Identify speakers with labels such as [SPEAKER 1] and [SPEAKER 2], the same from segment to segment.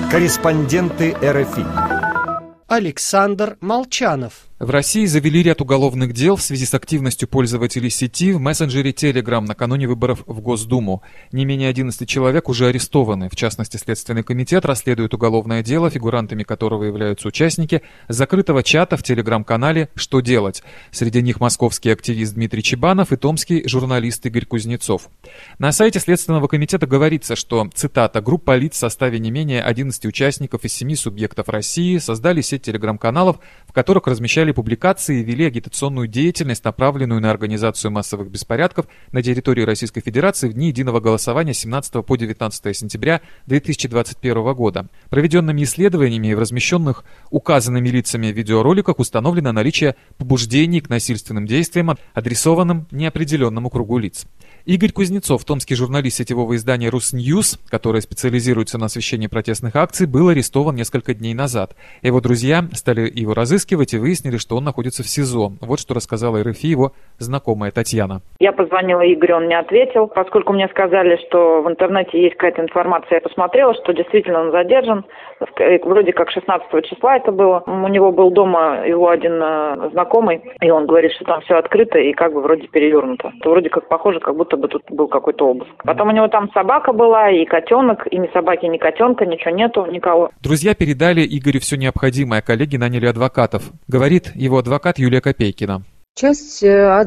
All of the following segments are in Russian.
[SPEAKER 1] Корреспонденты РФИ.
[SPEAKER 2] Александр Молчанов.
[SPEAKER 3] В России завели ряд уголовных дел в связи с активностью пользователей сети в мессенджере Telegram накануне выборов в Госдуму. Не менее 11 человек уже арестованы. В частности, Следственный комитет расследует уголовное дело, фигурантами которого являются участники закрытого чата в Telegram-канале «Что делать?». Среди них московский активист Дмитрий Чебанов и томский журналист Игорь Кузнецов. На сайте Следственного комитета говорится, что, цитата, «группа лиц в составе не менее 11 участников из 7 субъектов России создали сеть Telegram-каналов, в которых размещали публикации и вели агитационную деятельность, направленную на организацию массовых беспорядков на территории Российской Федерации в дни единого голосования с 17 по 19 сентября 2021 года. Проведенными исследованиями и в размещенных указанными лицами видеороликах установлено наличие побуждений к насильственным действиям, адресованным неопределенному кругу лиц. Игорь Кузнецов, томский журналист сетевого издания «Русньюз», которое специализируется на освещении протестных акций, был арестован несколько дней назад. Его друзья стали его разыскивать и выяснили, что он находится в СИЗО. Вот что рассказала РФИ его знакомая Татьяна.
[SPEAKER 4] Я позвонила Игорю, он не ответил. Поскольку мне сказали, что в интернете есть какая-то информация, я посмотрела, что действительно он задержан. Вроде как 16 числа это было. У него был дома его один знакомый, и он говорит, что там все открыто и как бы вроде перевернуто. Это вроде как похоже, как будто бы тут был какой-то обыск. Потом у него там собака была и котенок, и ни собаки, ни котенка, ничего нету, никого.
[SPEAKER 3] Друзья передали Игорю все необходимое, коллеги наняли адвокатов. Говорит его адвокат Юлия Копейкина.
[SPEAKER 5] Часть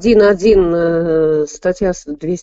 [SPEAKER 5] 1.1, статья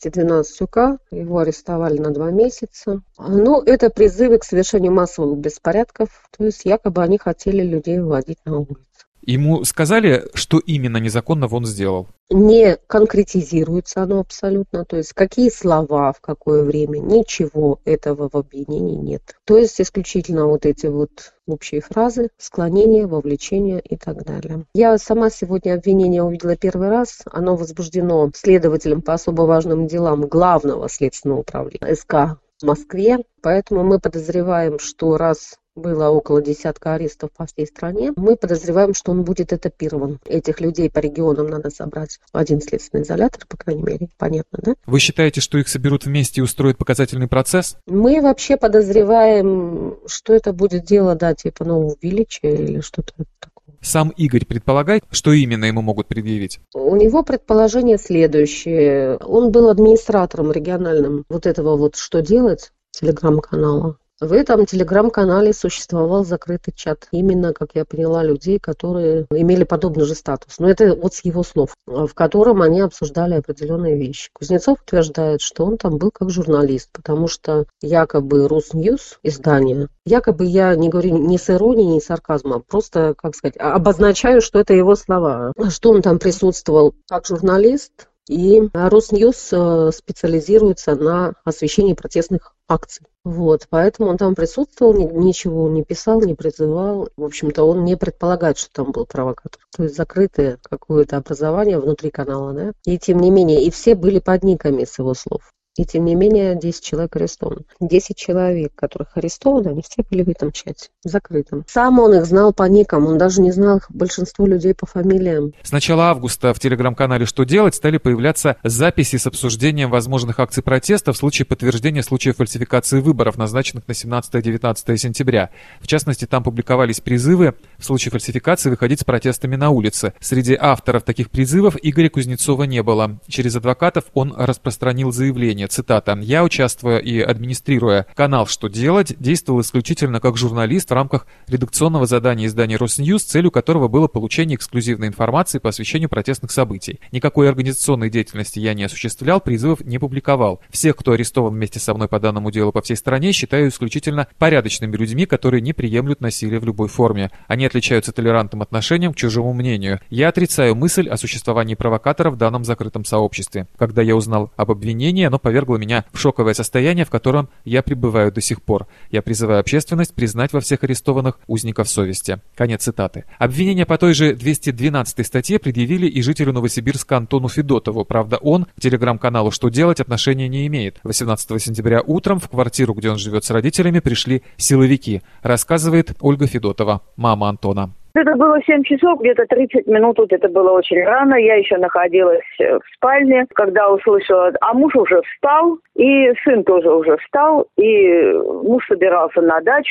[SPEAKER 5] 212 УК, его арестовали на 2 месяца. Ну, это призывы к совершению массовых беспорядков, то есть якобы они хотели людей выводить на улицу.
[SPEAKER 3] Ему сказали, что именно незаконного он сделал?
[SPEAKER 5] Не конкретизируется оно абсолютно, то есть какие слова, в какое время, ничего этого в обвинении нет. То есть исключительно вот эти вот общие фразы, склонение, вовлечение и так далее. Я сама сегодня обвинение увидела первый раз, оно возбуждено следователем по особо важным делам Главного следственного управления СК в Москве, поэтому мы подозреваем, что раз было около 10 арестов по всей стране. Мы подозреваем, что он будет этапирован. Этих людей по регионам надо собрать в один следственный изолятор, по крайней мере. Понятно, да?
[SPEAKER 3] Вы считаете, что их соберут вместе и устроят показательный процесс?
[SPEAKER 5] Мы вообще подозреваем, что это будет дело, да, типа нового величия или что-то такое.
[SPEAKER 3] Сам Игорь предполагает, что именно ему могут предъявить?
[SPEAKER 5] У него предположение следующее. Он был администратором региональным вот этого вот «Что делать?» телеграм-канала. В этом телеграм-канале существовал закрытый чат. Именно, как я поняла, людей, которые имели подобный же статус. Но это вот с его слов, в котором они обсуждали определенные вещи. Кузнецов утверждает, что он там был как журналист, потому что якобы Русньюз, издание, якобы я не говорю ни с иронией, ни с сарказмом, просто, как сказать, обозначаю, что это его слова. Что он там присутствовал как журналист, и Русньюз специализируется на освещении протестных акций. Вот, поэтому он там присутствовал, ничего не писал, не призывал. В общем-то, он не предполагает, что там был провокатор. То есть закрытое какое-то образование внутри канала, да. И тем не менее, и все были под никами, с его слов. И тем не менее 10 человек арестованы. 10 человек, которых арестованы, они все были в этом чате, закрытом. Сам он их знал по никам, он даже не знал большинство людей по фамилиям.
[SPEAKER 3] С начала августа в телеграм-канале «Что делать?» стали появляться записи с обсуждением возможных акций протеста в случае подтверждения случаев фальсификации выборов, назначенных на 17-19 сентября. В частности, там публиковались призывы в случае фальсификации выходить с протестами на улицы. Среди авторов таких призывов Игоря Кузнецова не было. Через адвокатов он распространил заявление. Цитата. «Я, участвуя и администрируя канал «Что делать?», действовал исключительно как журналист в рамках редакционного задания издания «Русньюз», целью которого было получение эксклюзивной информации по освещению протестных событий. Никакой организационной деятельности я не осуществлял, призывов не публиковал. Всех, кто арестован вместе со мной по данному делу по всей стране, считаю исключительно порядочными людьми, которые не приемлют насилие в любой форме. Они отличаются толерантным отношением к чужому мнению. Я отрицаю мысль о существовании провокаторов в данном закрытом сообществе. Когда я узнал об обвинении, оно повергло меня в шоковое состояние, в котором я пребываю до сих пор. Я призываю общественность признать во всех арестованных узников совести». Конец цитаты. Обвинения по той же 212 статье предъявили и жителю Новосибирска Антону Федотову. Правда, он к телеграм-каналу «Что делать?» отношения не имеет. 18 сентября утром в квартиру, где он живет с родителями, пришли силовики, рассказывает Ольга Федотова, мама Антона.
[SPEAKER 6] Это было 7 часов, где-то 30 минут, вот это было очень рано. Я еще находилась в спальне, когда услышала, а муж уже встал, и сын тоже уже встал, и муж собирался на дачу.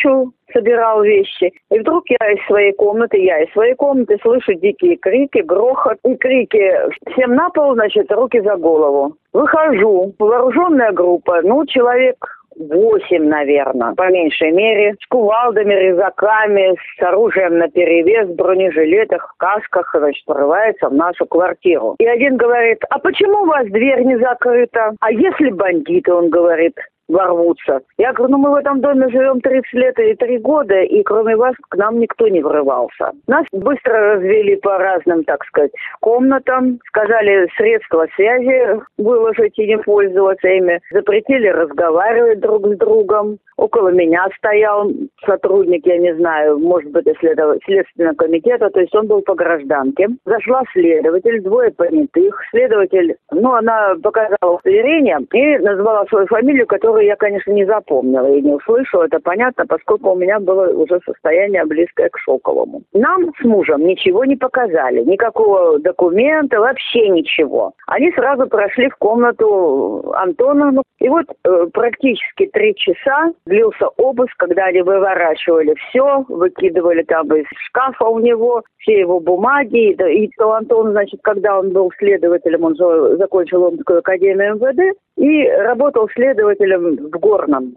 [SPEAKER 6] собирал вещи. И вдруг я из своей комнаты слышу дикие крики, грохот и крики: всем на пол, значит, руки за голову. Выхожу, вооруженная группа, человек 8, наверное, по меньшей мере, с кувалдами, резаками, с оружием наперевес, в бронежилетах, в касках, значит, врывается в нашу квартиру. И один говорит: а почему у вас дверь не закрыта? А если бандиты, он говорит, ворвутся? Я говорю: мы в этом доме живем 30 лет и 3 года, и кроме вас к нам никто не врывался. Нас быстро развели по разным, так сказать, комнатам, сказали средства связи выложить и не пользоваться ими, запретили разговаривать друг с другом. Около меня стоял сотрудник, я не знаю, может быть, Следственного комитета, то есть он был по гражданке. Зашла следователь, 2 понятых. Следователь, она показала удостоверение и назвала свою фамилию, которую я, конечно, не запомнила и не услышала. Это понятно, поскольку у меня было уже состояние близкое к шоковому. Нам с мужем ничего не показали, никакого документа, вообще ничего. Они сразу прошли в комнату Антона. И вот практически 3 часа длился обыск, когда они выворачивали все, выкидывали там из шкафа у него все его бумаги. И то Антон, значит, когда он был следователем, он же закончил Омскую академию МВД и работал следователем в Горном,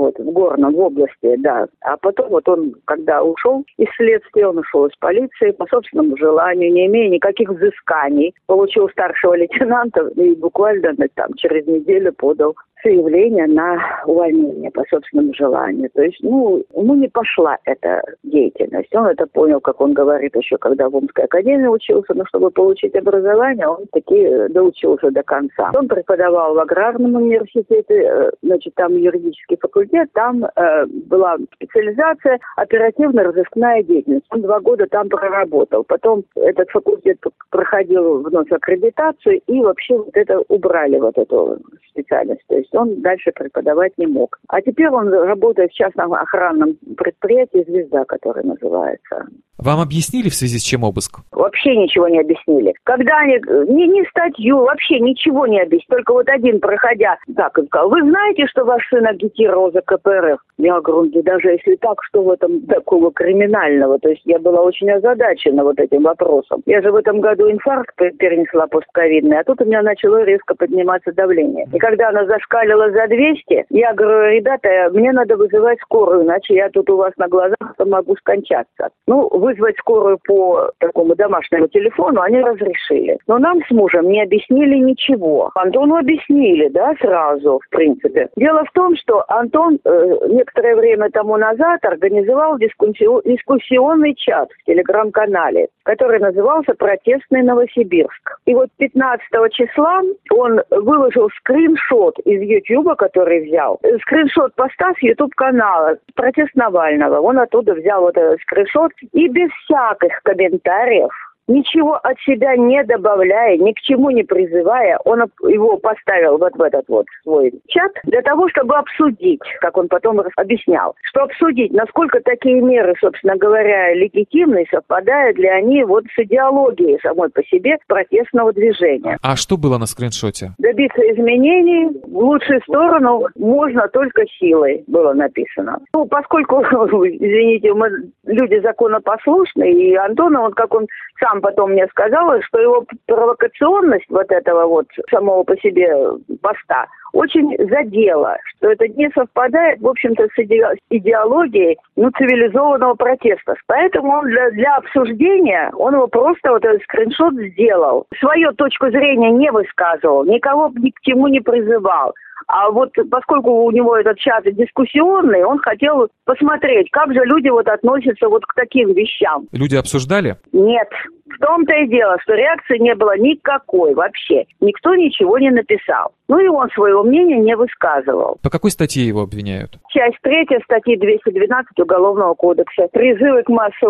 [SPEAKER 6] в области, да. А потом он, когда ушел из следствия, он ушел из полиции по собственному желанию, не имея никаких взысканий, получил старшего лейтенанта и буквально там через неделю подал заявление на увольнение по собственному желанию. То есть, ему не пошла эта деятельность. Он это понял, как он говорит, еще когда в Омской академии учился, но чтобы получить образование, он таки доучился до конца. Он преподавал в аграрном университете, значит, там юридический факультет, там была специализация оперативно-розыскная деятельность. Он 2 года там проработал. Потом этот факультет проходил вновь аккредитацию, и вообще это убрали, эту специальность. То есть он дальше преподавать не мог. А теперь он работает в частном охранном предприятии «Звезда», которое называется.
[SPEAKER 3] Вам объяснили, в связи с чем обыск?
[SPEAKER 6] Вообще ничего не объяснили. Когда они ни статью, вообще ничего не объяснили. Только один, проходя, так и сказал: вы знаете, что ваш сын агитировал за КПРФ? Я говорю: даже если так, что в этом такого криминального? То есть я была очень озадачена этим вопросом. Я же в этом году инфаркт перенесла постковидный, а тут у меня начало резко подниматься давление. И когда она зашкалила за 200, я говорю: ребята, мне надо вызывать скорую, иначе я тут у вас на глазах могу скончаться. Вызвать скорую по такому домашнему телефону они разрешили. Но нам с мужем не объяснили ничего. Антону объяснили, да, сразу, в принципе. Дело в том, что Антон некоторое время тому назад организовал дискуссионный чат в телеграм-канале, который назывался «Протестный Новосибирск». И 15 числа он выложил скриншот из Ютьюба, который взял. Скриншот поста с Ютуб-канала «Протест Навального». Он оттуда взял этот скриншот и без всяких комментариев, ничего от себя не добавляя, ни к чему не призывая, он его поставил в этот свой чат для того, чтобы обсудить, как он потом объяснял, что обсудить, насколько такие меры, собственно говоря, легитимны, совпадают ли они с идеологией самой по себе протестного движения.
[SPEAKER 3] А что было на скриншоте?
[SPEAKER 6] Добиться изменений в лучшую сторону можно только силой, было написано. Поскольку, извините, мы люди законопослушные, и Антона, как он сам потом мне сказал, что его провокационность этого самого по себе поста очень задела, что это не совпадает, в общем-то, с идеологией цивилизованного протеста. Поэтому он для обсуждения, он его просто этот скриншот сделал. Свою точку зрения не высказывал, никого ни к чему не призывал. А поскольку у него этот чат дискуссионный, он хотел посмотреть, как же люди относятся к таким вещам.
[SPEAKER 3] Люди обсуждали?
[SPEAKER 6] Нет. В том-то и дело, что реакции не было никакой вообще. Никто ничего не написал. И он своего мнения не высказывал.
[SPEAKER 3] По какой статье его обвиняют?
[SPEAKER 6] Часть 3 статьи 212 Уголовного кодекса. Призывы к массовым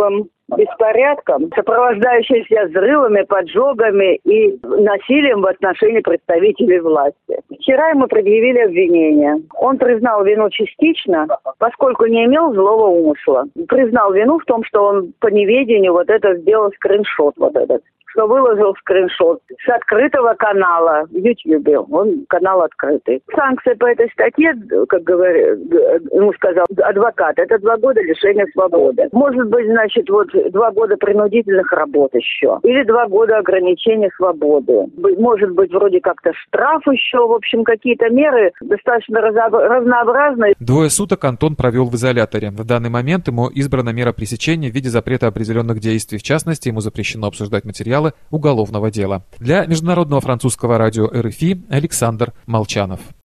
[SPEAKER 6] беспорядком, сопровождающимся взрывами, поджогами и насилием в отношении представителей власти. Вчера ему предъявили обвинение. Он признал вину частично, поскольку не имел злого умысла. Признал вину в том, что он по неведению вот это сделал скриншот вот этот. Что выложил скриншот с открытого канала в Ютьюбе. Он канал открытый. Санкции по этой статье, как ему сказал адвокат, это 2 года лишения свободы. Может быть, значит, вот 2 года принудительных работ еще. Или 2 года ограничения свободы. Может быть, вроде как-то штраф еще. В общем, какие-то меры достаточно разнообразные.
[SPEAKER 3] 2 суток Антон провел в изоляторе. В данный момент ему избрана мера пресечения в виде запрета определенных действий. В частности, ему запрещено обсуждать материалы уголовного дела. Для Международного французского радио РФИ Александр Молчанов.